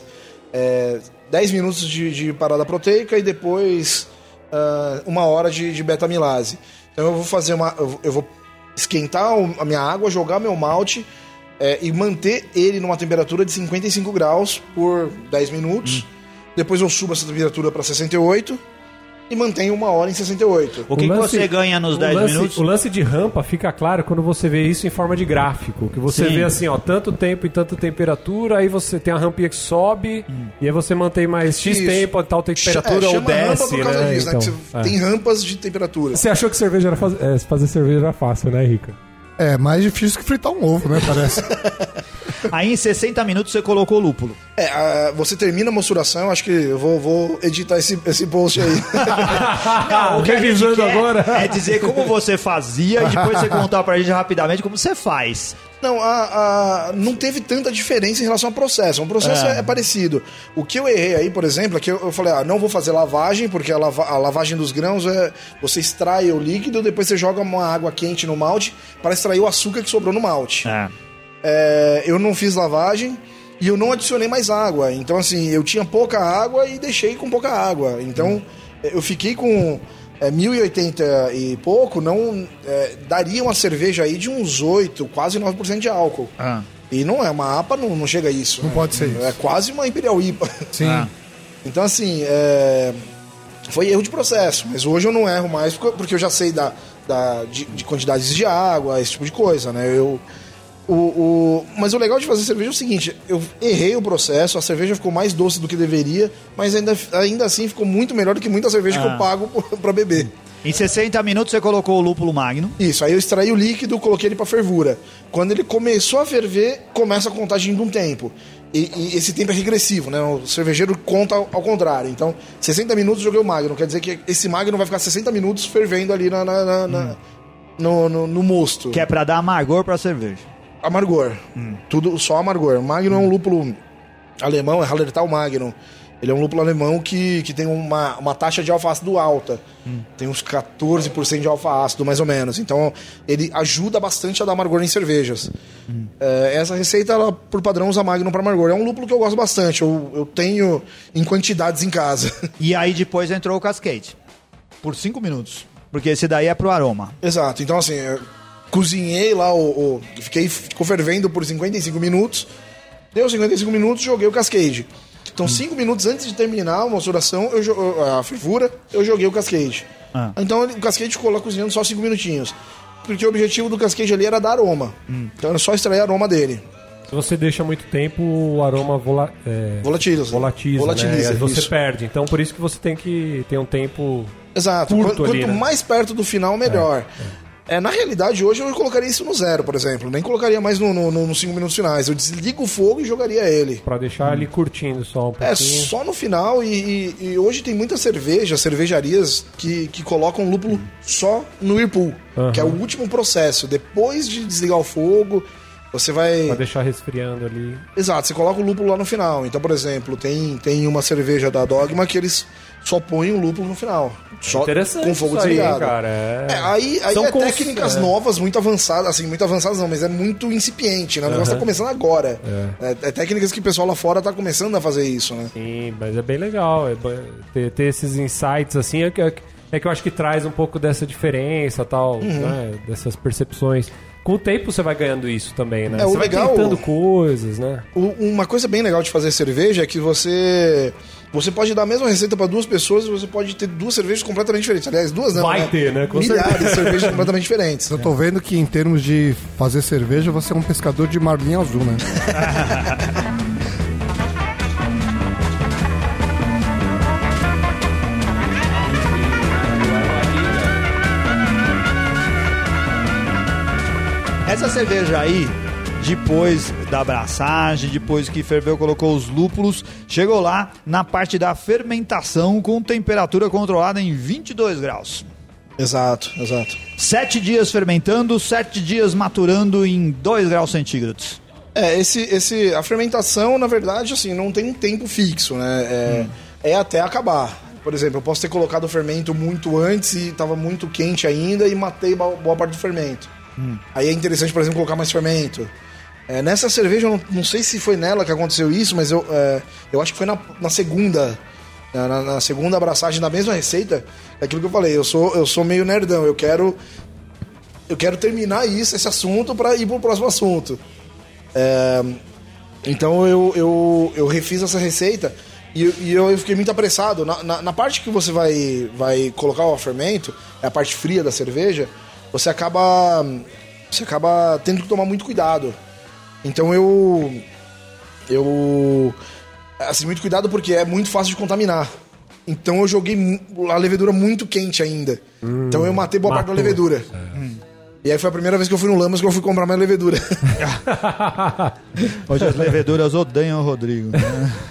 10 minutos de parada proteica e depois 1 hora de beta-amilase. Então eu vou fazer eu vou esquentar a minha água, jogar meu malte e manter ele numa temperatura de 55 graus por 10 minutos. Depois eu subo essa temperatura para 68 e mantenho 1 hora em 68. O que você ganha nos 10 minutos? O lance de rampa fica claro quando você vê isso em forma de gráfico. Que você vê assim, ó, tanto tempo e tanta temperatura, aí você tem a rampinha que sobe, e aí você mantém mais X tempo, tal temperatura, ou desce, né? Disso, então, né? Tem rampas de temperatura. Você achou que cerveja era fazer cerveja era fácil, né, Rica? É mais difícil que fritar um ovo, né? Parece. Aí em 60 minutos você colocou o lúpulo. Você termina a mosturação, acho que eu vou editar esse post aí. Não, o que a gente Revisando quer agora. é dizer como você fazia e depois você contar pra gente rapidamente como você faz. Não, não teve tanta diferença em relação ao processo. O processo é parecido. O que eu errei aí, por exemplo, é que eu falei, não vou fazer lavagem, porque a lavagem dos grãos você extrai o líquido, depois você joga uma água quente no malte para extrair o açúcar que sobrou no malte. Eu não fiz lavagem e eu não adicionei mais água. Então, assim, eu tinha pouca água e deixei com pouca água. Então, eu fiquei com 1080 e pouco, daria uma cerveja aí de uns 8, quase 9% de álcool. E não é uma APA, não chega a isso. Não pode ser isso. É quase uma Imperial IPA. Sim. Então, assim, foi erro de processo. Mas hoje eu não erro mais porque eu já sei de quantidades de água, esse tipo de coisa, né? Mas o legal de fazer cerveja é o seguinte: eu errei o processo, a cerveja ficou mais doce do que deveria, mas ainda assim ficou muito melhor do que muita cerveja que eu pago pra beber. Em 60 minutos você colocou o lúpulo magno. Isso, aí eu extraí o líquido, coloquei ele pra fervura. Quando ele começou a ferver, começa a contagem de um tempo. E esse tempo é regressivo, né? O cervejeiro conta ao contrário. Então, 60 minutos joguei o magno. Quer dizer que esse magno vai ficar 60 minutos fervendo ali no mosto. Que é pra dar amargor pra cerveja. Amargor. Tudo só amargor. Magnum é um lúpulo alemão, é Hallertau Magnum. Ele é um lúpulo alemão que tem uma taxa de alfa-ácido alta. Tem uns 14% de alfa-ácido, mais ou menos. Então, ele ajuda bastante a dar amargor em cervejas. Essa receita, ela, por padrão, usa Magnum para amargor. É um lúpulo que eu gosto bastante. Eu tenho em quantidades em casa. E aí depois entrou o Cascade. Por 5 minutos. Porque esse daí é pro aroma. Exato. Então, assim, eu cozinhei lá, ficou fervendo por 55 minutos. Deu 55 minutos, joguei o Cascade. Então, 5 minutos antes de terminar a mosturação, a fervura, eu joguei o Cascade. Então, o Cascade ficou lá cozinhando só 5 minutinhos. Porque o objetivo do Cascade ali era dar aroma. Então, era só extrair aroma dele. Se você deixa muito tempo, o aroma volatiliza. Né? Aí você perde. Então, por isso que você tem que ter um tempo exato. Curto Quanto ali, né? mais perto do final, melhor. Na realidade, hoje eu colocaria isso no 0, por exemplo. Nem colocaria mais nos 5 minutos finais. Eu desligo o fogo e jogaria ele. Pra deixar ali curtindo só um pouquinho. Só no final. E hoje tem muitas cervejarias que colocam lúpulo só no Whirlpool. Que é o último processo. Depois de desligar o fogo, você vai... Pra deixar resfriando ali. Exato, você coloca o lúpulo lá no final. Então, por exemplo, tem uma cerveja da Dogma que eles só põem o lúpulo no final. Só interessante com fogo isso aí, desligado. cara. Aí técnicas novas, muito avançadas. Assim, muito avançadas não, mas é muito incipiente, né? O negócio tá começando agora. É técnicas que o pessoal lá fora tá começando a fazer isso, né? Sim, mas é bem legal. Ter esses insights, assim, é que eu acho que traz um pouco dessa diferença, tal, né? Dessas percepções. Com o tempo você vai ganhando isso também, né? Você vai tentando coisas, né? Uma coisa bem legal de fazer cerveja é que você pode dar a mesma receita para 2 pessoas e você pode ter 2 cervejas completamente diferentes. Aliás, 2 não, vai ter, né? Com milhares certeza. de cervejas completamente diferentes. Eu tô vendo que em termos de fazer cerveja, você é um pescador de marlinha azul, né? Essa cerveja aí depois da abraçagem, depois que ferveu, colocou os lúpulos, chegou lá na parte da fermentação com temperatura controlada em 22 graus. Exato. 7 dias fermentando, 7 dias maturando em 2 graus centígrados. A fermentação, na verdade, assim, não tem um tempo fixo, né? É até acabar. Por exemplo, eu posso ter colocado o fermento muito antes e estava muito quente ainda e matei boa parte do fermento. Aí é interessante, por exemplo, colocar mais fermento. Nessa cerveja, eu não sei se foi nela que aconteceu isso, mas eu acho que foi na segunda. Na segunda abraçagem da mesma receita, é aquilo que eu falei, eu sou meio nerdão, eu quero terminar esse assunto para ir pro próximo assunto. Então eu refiz essa receita e eu fiquei muito apressado. Na parte que você vai colocar o fermento, é a parte fria da cerveja, você acaba tendo que tomar muito cuidado. Então assim, muito cuidado porque é muito fácil de contaminar. Então eu joguei a levedura muito quente ainda. Então eu matei boa parte da levedura. E aí foi a primeira vez que eu fui no Lamas que eu fui comprar mais levedura. Hoje as leveduras odeiam o Rodrigo. Né?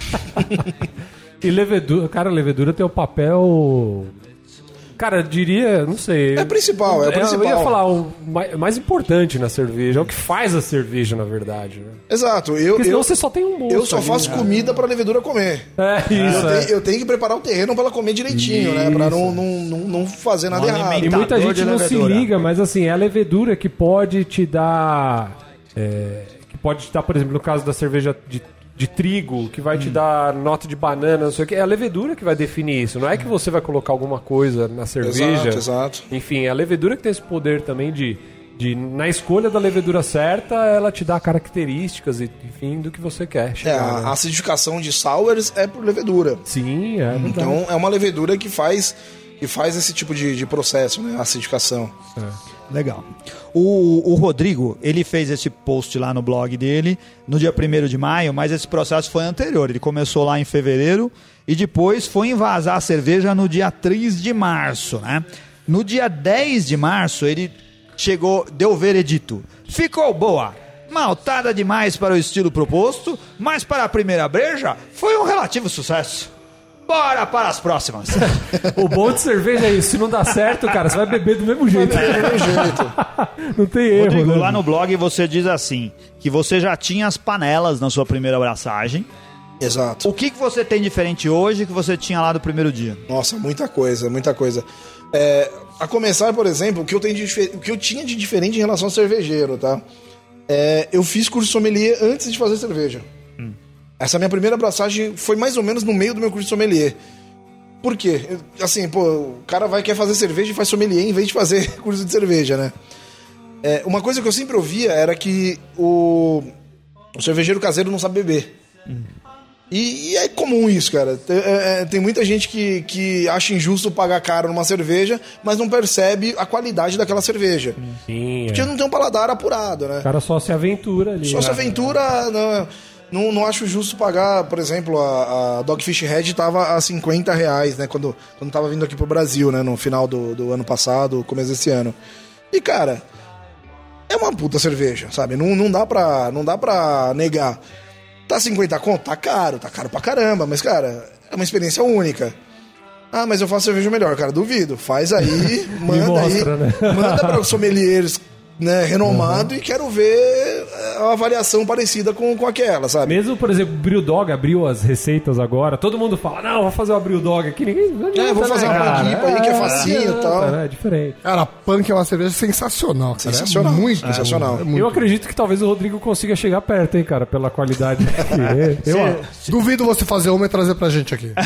E levedura, cara, levedura tem o papel... Cara, eu diria, não sei. É principal. Eu ia falar o mais importante na cerveja, é o que faz a cerveja, na verdade. Né? Exato. Porque senão você só tem um moço. Eu só ali, faço comida pra levedura comer. Isso. Eu tenho que preparar o terreno pra ela comer direitinho, né? Pra não fazer nada errado. E muita gente não se liga, mas assim, é a levedura que pode te dar... que pode te dar, por exemplo, no caso da cerveja de trigo, que vai te dar nota de banana, não sei o que. É a levedura que vai definir isso. Não é que você vai colocar alguma coisa na cerveja. Exato. Enfim, é a levedura que tem esse poder também de na escolha da levedura certa, ela te dá características, enfim, do que você quer chegar, né? A acidificação de sours é por levedura. Sim, é verdade. Então é uma levedura que faz esse tipo de processo, né? A acidificação. Legal. O Rodrigo, ele fez esse post lá no blog dele no dia 1º de maio, mas esse processo foi anterior. Ele começou lá em fevereiro e depois foi envasar a cerveja no dia 3 de março, né? No dia 10 de março, ele deu o veredito. Ficou boa. Maltada demais para o estilo proposto, mas para a primeira breja foi um relativo sucesso. Bora para as próximas. O bom de cerveja é isso. Se não dá certo, cara, você vai beber do mesmo jeito. Não tem erro. Rodrigo, né? lá no blog você diz assim, que você já tinha as panelas na sua primeira abraçagem. Exato. O que você tem diferente hoje que você tinha lá do primeiro dia? Nossa, muita coisa. A começar, por exemplo, o que eu tinha de diferente em relação ao cervejeiro, tá? Eu fiz curso de sommelier antes de fazer cerveja. Essa minha primeira abraçagem foi mais ou menos no meio do meu curso de sommelier. Por quê? Assim, o cara quer fazer cerveja e faz sommelier em vez de fazer curso de cerveja, né? Uma coisa que eu sempre ouvia era que o cervejeiro caseiro não sabe beber. E é comum isso, cara. Tem muita gente que acha injusto pagar caro numa cerveja, mas não percebe a qualidade daquela cerveja. Sim, porque não tem um paladar apurado, né? O cara só se aventura ali. Só se aventura... Não acho justo pagar, por exemplo, a Dogfish Head tava a R$50, né? Quando tava vindo aqui pro Brasil, né? No final do ano passado, começo desse ano. E, cara, é uma puta cerveja, sabe? Não dá pra negar. Tá 50 conto? Tá caro pra caramba. Mas, cara, é uma experiência única. Ah, mas eu faço cerveja melhor, cara. Duvido. Faz aí, manda né? Manda para os sommeliers, né, renomado, e quero ver uma avaliação parecida com aquela, sabe? Mesmo, por exemplo, o Brewdog abriu as receitas agora, todo mundo fala, não, vou fazer uma Brewdog aqui, ninguém... vou fazer uma panguipa aí que é facinho e tal. É diferente. Cara, a Punk é uma cerveja sensacional, cara. Sensacional. Muito sensacional. Eu acredito que talvez o Rodrigo consiga chegar perto, hein, cara, pela qualidade. Duvido você fazer uma e trazer pra gente aqui.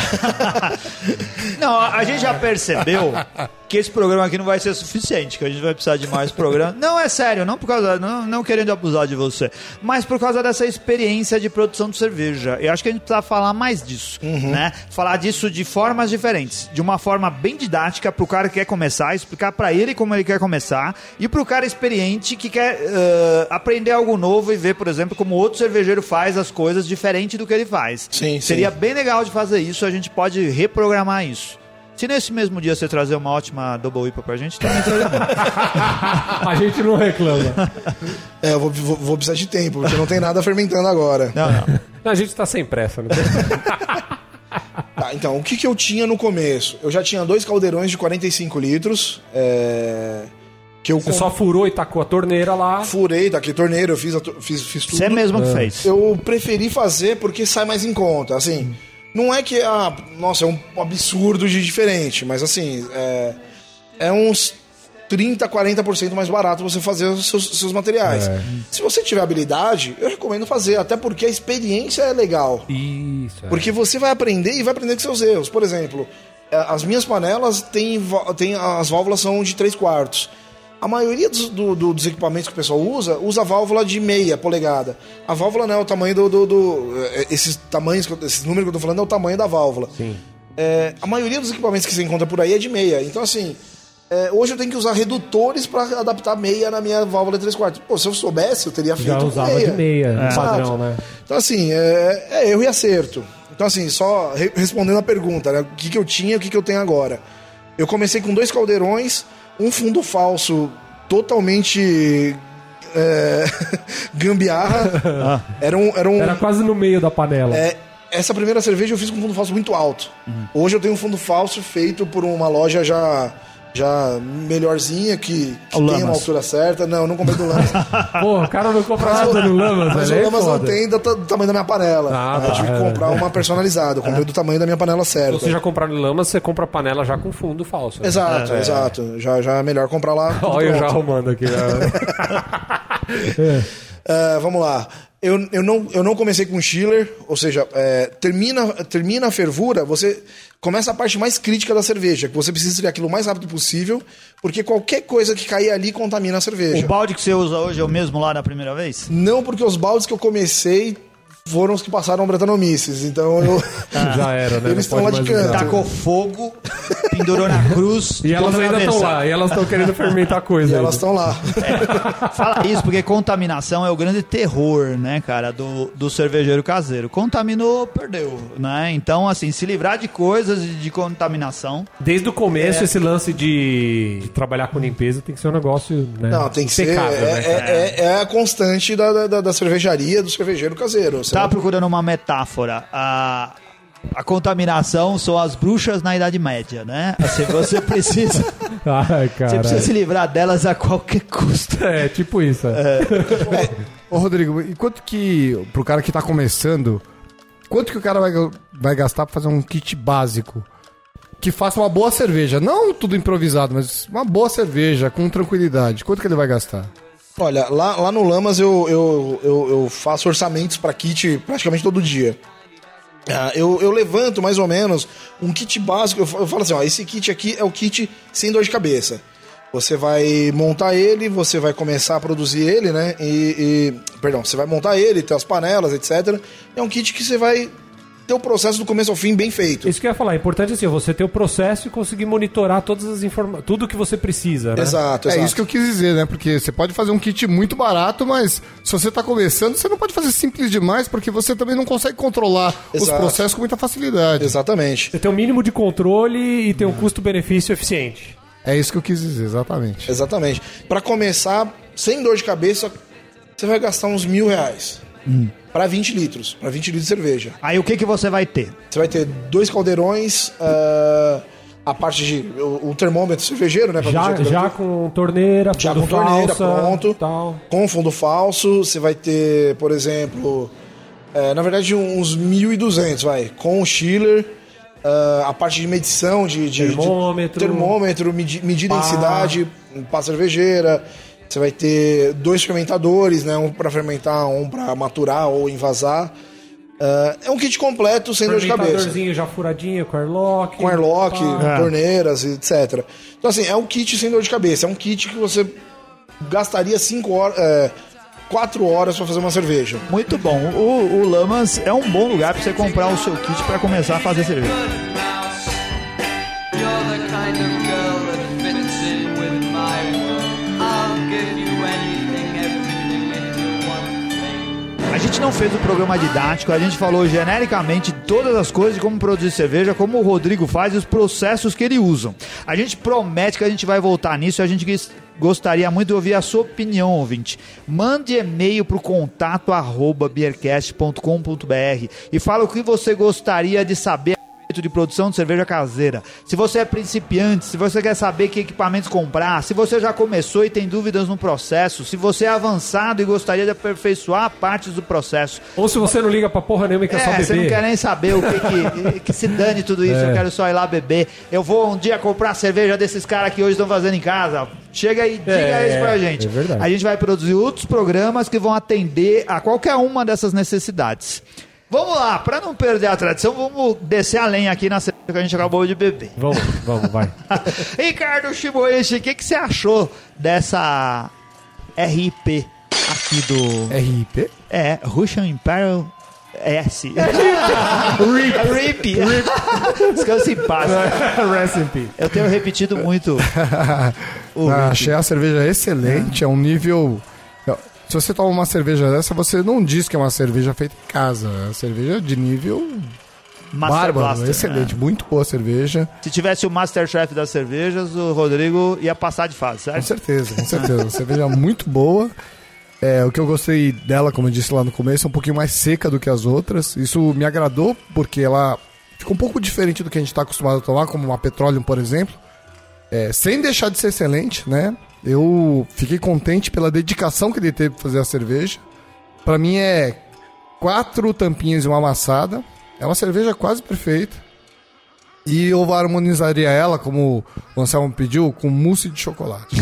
Não, a gente já percebeu que esse programa aqui não vai ser suficiente, que a gente vai precisar de mais programa. Não, é sério, não por causa, não querendo abusar de você, mas por causa dessa experiência de produção de cerveja. Eu acho que a gente precisa falar mais disso, né? Falar disso de formas diferentes, de uma forma bem didática pro cara que quer começar, explicar pra ele como ele quer começar, e pro cara experiente que quer aprender algo novo e ver, por exemplo, como outro cervejeiro faz as coisas diferente do que ele faz. Sim, Seria bem legal de fazer isso, a gente pode reprogramar isso. Se nesse mesmo dia você trazer uma ótima Double IPA pra gente, também A gente não reclama. Eu vou precisar de tempo, porque não tem nada fermentando agora. A gente tá sem pressa, né? Tá, então, o que eu tinha no começo? Eu já tinha 2 caldeirões de 45 litros. Que eu Você só furou e tacou a torneira lá. furei, taquei torneira, eu fiz tudo. Você mesmo que fez. Eu preferi fazer porque sai mais em conta. Assim, não é que nossa, é um absurdo de diferente, mas assim, é uns 30%, 40% mais barato você fazer os seus materiais. Se você tiver habilidade, eu recomendo fazer, até porque a experiência é legal. Isso. Porque você vai aprender e vai aprender com seus erros. Por exemplo, as minhas panelas as válvulas são de 3/4. A maioria dos equipamentos que o pessoal usa válvula de meia polegada. A válvula não é o tamanho esses números que eu tô falando é o tamanho da válvula. Sim. A maioria dos equipamentos que você encontra por aí é de meia. Então, assim, hoje eu tenho que usar redutores para adaptar meia na minha válvula de 3/4. Pô, se eu soubesse, eu teria feito Já usava meia. de meia, Exato. padrão, né? Então, assim, é erro e acerto. Então, assim, só respondendo a pergunta, né? O que eu tinha e o que eu tenho agora. Eu comecei com 2 caldeirões, um fundo falso totalmente gambiarra. Era quase no meio da panela. Essa primeira cerveja eu fiz com um fundo falso muito alto. Hoje eu tenho um fundo falso feito por uma loja já melhorzinha, que tem Lamas. uma altura certa. Não, eu não comprei do Lamas. Pô, o cara não compra nada no Lamas, Mas velho. o Lamas não tem do tamanho da minha panela. Eu tive que comprar uma personalizada. Eu comprei do tamanho da minha panela certa. Se você já comprar no Lamas, você compra a panela já com fundo falso. Né? Exato. Já é melhor comprar lá. tudo Olha eu já pronto. arrumando aqui. Vamos lá. Eu não comecei com chiller, ou seja, termina a fervura, você começa a parte mais crítica da cerveja, que você precisa tirar aquilo o mais rápido possível, porque qualquer coisa que cair ali contamina a cerveja. O balde que você usa hoje é o mesmo lá na primeira vez? Não, porque os baldes que eu comecei foram os que passaram Bretanomices, então eu... Já era, né? Eles Não estão lá pode de mais canto. usar. Tacou fogo, pendurou na cruz. E elas ficou na ainda estão cabeça. lá, e elas estão querendo fermentar coisa. E ainda. elas estão lá. Fala isso, porque contaminação é o grande terror, né, cara, do cervejeiro caseiro. Contaminou, perdeu, né? Então, assim, se livrar de coisas de contaminação. Desde o começo, esse lance de trabalhar com limpeza tem que ser um negócio, né? Não, tem que ser... impecável, né, cara? É a constante da cervejaria, do cervejeiro caseiro. Você Tava não- procurando uma metáfora. A contaminação são as bruxas na Idade Média, né? Assim, você precisa Ai, cara. você precisa se livrar delas a qualquer custo. É, tipo isso. Ô, Rodrigo, e quanto que, pro cara que tá começando, quanto que o cara vai gastar pra fazer um kit básico? Que faça uma boa cerveja. Não tudo improvisado, mas uma boa cerveja, com tranquilidade. Quanto que ele vai gastar? Olha, lá no Lamas eu faço orçamentos para kit praticamente todo dia. Eu levanto mais ou menos um kit básico. Eu falo assim, ó, esse kit aqui é o kit sem dor de cabeça. Você vai montar ele, você vai começar a produzir ele, né? Perdão, você vai montar ele, ter as panelas, etc. É um kit que você vai ter o processo do começo ao fim bem feito. Isso que eu ia falar, é importante assim, você ter o processo e conseguir monitorar todas as informações, tudo que você precisa, né? Exato. É isso que eu quis dizer, né? Porque você pode fazer um kit muito barato, mas se você tá começando, você não pode fazer simples demais, porque você também não consegue controlar os Exato. processos com muita facilidade. Exatamente. Você tem um mínimo de controle e tem um custo-benefício eficiente. É isso que eu quis dizer, exatamente. Exatamente. Para começar, sem dor de cabeça, você vai gastar uns R$1.000. Para 20 litros. Para 20 litros de cerveja. Aí o que você vai ter? Você vai ter 2 caldeirões, a parte de... o termômetro cervejeiro, né? pra medir a Já temperatura. com torneira, Já fundo com torneira, falsa, pronto. tal. Com fundo falso, você vai ter, por exemplo... na verdade, uns 1.200, vai. Com o chiller, a parte de medição de Termômetro. termômetro, medir Pá. densidade, pá cervejeira. Você vai ter 2 fermentadores, né? Um para fermentar, um para maturar ou envasar. É um kit completo, sem dor de cabeça. Fermentadorzinho já furadinho, com airlock. Com airlock, pá. torneiras, etc. Então, assim, é um kit sem dor de cabeça. É um kit que você gastaria 4 horas para fazer uma cerveja. Muito bom. O Lamas é um bom lugar para você comprar o seu kit para começar a fazer cerveja. Good mouse. You're the kind of girl that fits in with my world. I'll give you anything, everything into one thing. A gente gente não fez um programa didático, a gente falou genericamente todas as coisas de como produzir cerveja, como o Rodrigo faz e os processos que ele usa. A gente promete que a gente vai voltar nisso e a gente gostaria muito de ouvir a sua opinião, ouvinte. Mande e-mail para o contato@beercast.com.br e fala o que você gostaria de saber de produção de cerveja caseira. Se você é principiante, se você quer saber que equipamentos comprar, se você já começou e tem dúvidas no processo, se você é avançado e gostaria de aperfeiçoar partes do processo. Ou se você não liga pra porra nenhuma e quer só beber. Você não quer nem saber o que se dane tudo isso, eu quero só ir lá beber. Eu vou um dia comprar cerveja desses caras que hoje estão fazendo em casa. Chega aí, diga isso pra gente. É verdade. A gente vai produzir outros programas que vão atender a qualquer uma dessas necessidades. Vamos lá, pra não perder a tradição, vamos descer a lenha aqui na cerveja que a gente acabou de beber. Vamos, vai. Ricardo Shimoishi, o que você achou dessa RIP aqui do... RIP? É, Russian Imperial S. RIP. Descanse em paz. Recipe. Eu tenho repetido muito o Achei a cerveja excelente, é um nível... Se você toma uma cerveja dessa, você não diz que é uma cerveja feita em casa. É uma cerveja de nível Master bárbaro, Blaster, excelente, muito boa cerveja. Se tivesse o Masterchef das cervejas, o Rodrigo ia passar de fase, certo? Com certeza. Uma cerveja muito boa. O que eu gostei dela, como eu disse lá no começo, é um pouquinho mais seca do que as outras. Isso me agradou, porque ela fica um pouco diferente do que a gente está acostumado a tomar, como uma Petroleum, por exemplo. Sem deixar de ser excelente, né? Eu fiquei contente pela dedicação que ele teve para fazer a cerveja. Para mim é 4 tampinhas e uma amassada. É uma cerveja quase perfeita. E eu harmonizaria ela, como o Anselmo pediu, com mousse de chocolate.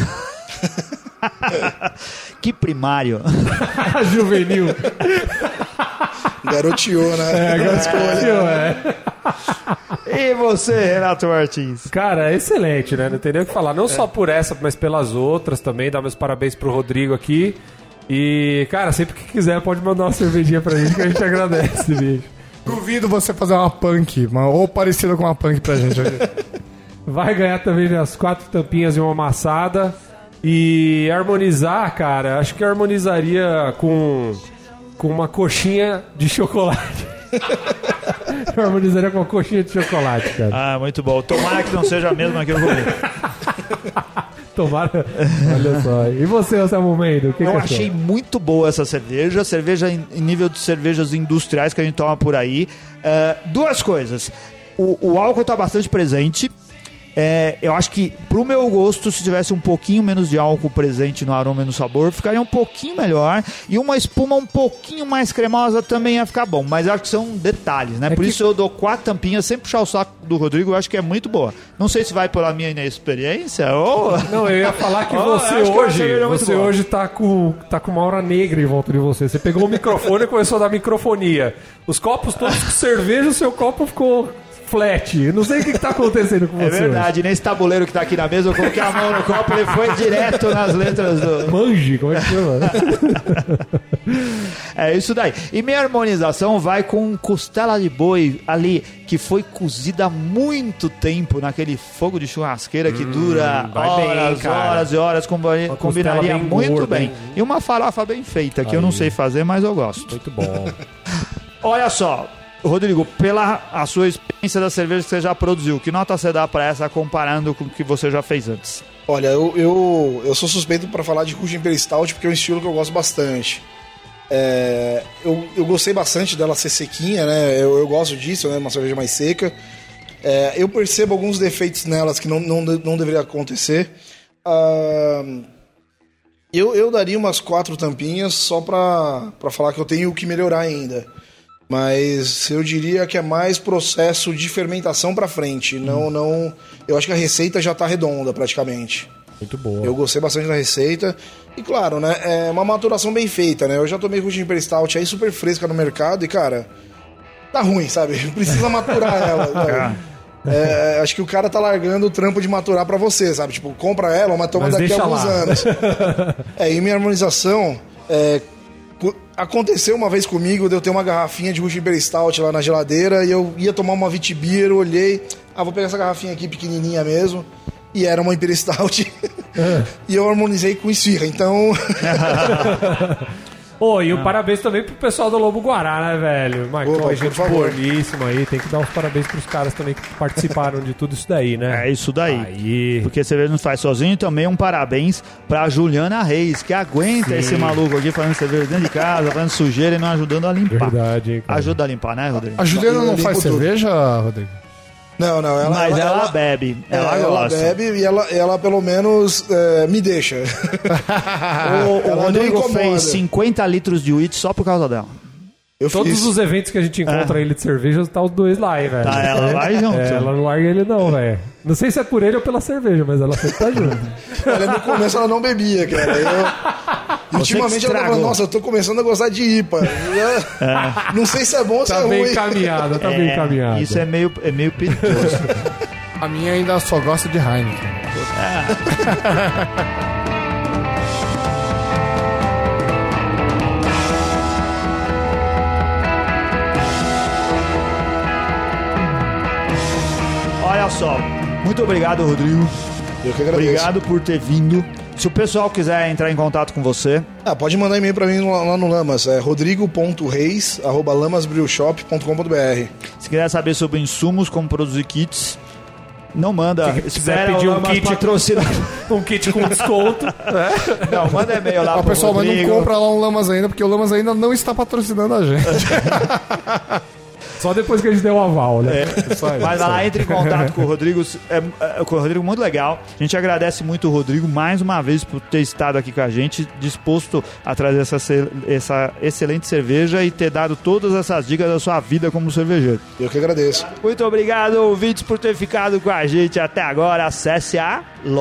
Que primário. Juvenil. Garoteou, né? Garoteou. E você, Renato Martins? Cara, excelente, né? Não tem nem o que falar. Não só por essa, mas pelas outras também. Dá meus parabéns pro Rodrigo aqui. E, cara, sempre que quiser pode mandar uma cervejinha pra gente que a gente agradece, bicho. Duvido você fazer uma punk, ou parecida com uma punk pra gente. Vai ganhar também as 4 tampinhas e uma amassada. E harmonizar, cara, acho que eu harmonizaria com uma coxinha de chocolate. Eu harmonizaria com uma coxinha de chocolate, cara. Ah, muito bom. Tomara que não seja a mesma que eu comi. Tomara. Olha só. E você, Anselmo Mendes? Eu achei muito boa essa cerveja. Cerveja em nível de cervejas industriais que a gente toma por aí. 2 coisas. O álcool está bastante presente. Eu acho que, pro meu gosto, se tivesse um pouquinho menos de álcool presente no aroma e no sabor, ficaria um pouquinho melhor. E uma espuma um pouquinho mais cremosa também ia ficar bom. Mas eu acho que são detalhes, né? Por isso eu dou 4 tampinhas, sem puxar o saco do Rodrigo, eu acho que é muito boa. Não sei se vai pela minha inexperiência ou... Não, eu ia falar que você hoje tá com uma aura negra em volta de você. Você pegou o microfone e começou a dar microfonia. Os copos todos com cerveja, o seu copo ficou... flat. Eu não sei o que tá acontecendo com você. É verdade, nesse tabuleiro que tá aqui na mesa, eu coloquei a mão no copo e ele foi direto nas letras do... Manji, como é que chama? É isso daí. E minha harmonização vai com costela de boi ali, que foi cozida há muito tempo naquele fogo de churrasqueira que dura horas e horas, combinaria muito gorda, bem. hein? E uma farofa bem feita, que eu não sei fazer, mas eu gosto. Muito bom. Olha só, Rodrigo, pela a sua experiência da cerveja que você já produziu, que nota você dá pra essa comparando com o que você já fez antes? Olha, eu sou suspeito pra falar de Russian Imperial Stout porque é um estilo que eu gosto bastante. Eu gostei bastante dela ser sequinha, né? Eu gosto disso, né? Uma cerveja mais seca. Eu percebo alguns defeitos nelas que não deveria acontecer. Eu daria umas 4 tampinhas só pra falar que eu tenho o que melhorar ainda. Mas eu diria que é mais processo de fermentação pra frente. Não, eu acho que a receita já tá redonda praticamente. Muito boa. Eu gostei bastante da receita. E claro, né? É uma maturação bem feita, né? Eu já tomei Russian Imperial Stout aí super fresca no mercado e, cara, tá ruim, sabe? Precisa maturar ela. Sabe? Acho que o cara tá largando o trampo de maturar pra você, sabe? Tipo, compra ela, mas toma daqui a alguns anos. E minha harmonização... Aconteceu uma vez comigo de eu ter uma garrafinha de Russian Imperial Stout lá na geladeira e eu ia tomar uma Vitibir, eu olhei, vou pegar essa garrafinha aqui pequenininha mesmo, e era uma Imperial Stout e eu harmonizei com esfirra, então Ô, e parabéns também pro pessoal do Lobo Guará, né, velho? Marcão, Opa, gente por favor. boníssima aí. Tem que dar uns parabéns pros caras também que participaram de tudo isso daí, né? É isso daí. Aí. Porque cerveja não faz sozinho. E também um parabéns pra Juliana Reis, que aguenta Sim. esse maluco aqui fazendo cerveja dentro de casa, fazendo sujeira e não ajudando a limpar. Verdade, hein, cara. Ajuda a limpar, né, Rodrigo? A Juliana não Eu faz limpo tudo. cerveja, Rodrigo? Não, Mas ela bebe. Ela ela gosta. bebe e ela pelo menos me deixa. O Ela Rodrigo não incomoda. fez 50 litros de wheat só por causa dela. Eu Todos fiz. os eventos que a gente encontra ele de cerveja, tá os dois lá, hein, velho. Tá, ela vai junto. É, ela não larga ele não, velho. Não sei se é por ele ou pela cerveja, mas ela sempre tá junto. Olha, no começo ela não bebia, cara. E ultimamente ela tá falando, nossa, eu tô começando a gostar de IPA. Não sei se é bom ou se Tá é bem ruim. encaminhada, tá bem encaminhada. Isso é meio perigoso. A minha ainda só gosta de Heineken. Olha só, muito obrigado, Rodrigo. Eu que agradeço. Obrigado por ter vindo. Se o pessoal quiser entrar em contato com você, Pode mandar e-mail pra mim lá no Lamas. É rodrigo.reis@lamasbrewshop.com.br. se quiser saber sobre insumos, como produzir kits, não manda. Se quiser Espera pedir o um Lamas kit patrocinar. Um kit com desconto. Não, manda e-mail lá O pro pessoal, mas não Rodrigo. compra lá um Lamas ainda, porque o Lamas ainda não está patrocinando a gente. Só depois que a gente der o aval, né? Isso aí, Mas isso lá, aí. entre em contato com o Rodrigo. Com o Rodrigo, muito legal. A gente agradece muito o Rodrigo mais uma vez por ter estado aqui com a gente, disposto a trazer essa excelente cerveja e ter dado todas essas dicas da sua vida como cervejeiro. Eu que agradeço. Muito obrigado, ouvintes, por ter ficado com a gente até agora. Acesse a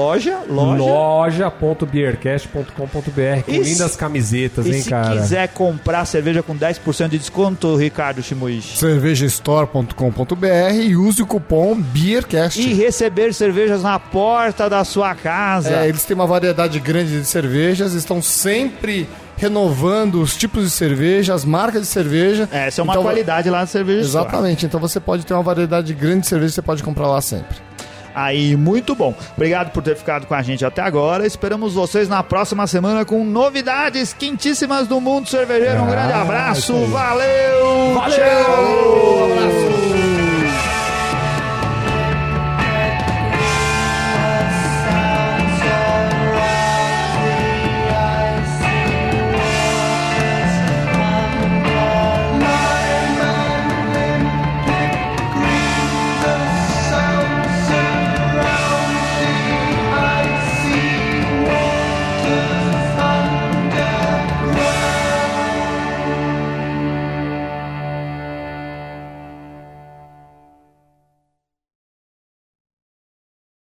Loja.beercast.com.br com E lindas camisetas, E hein, se cara? quiser comprar cerveja com 10% de desconto, Ricardo Shimoishi, cervejastore.com.br e use o cupom BEERCAST. e receber cervejas na porta da sua casa. Eles têm uma variedade grande de cervejas, estão sempre renovando os tipos de cerveja, as marcas de cerveja. Essa é uma Então, qualidade lá da cerveja. Exatamente, então você pode ter uma variedade grande de cerveja que você pode comprar lá sempre. Aí, muito bom. Obrigado por ter ficado com a gente até agora. Esperamos vocês na próxima semana com novidades quentíssimas do mundo cervejeiro. Um grande abraço. isso aí. Valeu! Valeu! Tchau! Um abraço!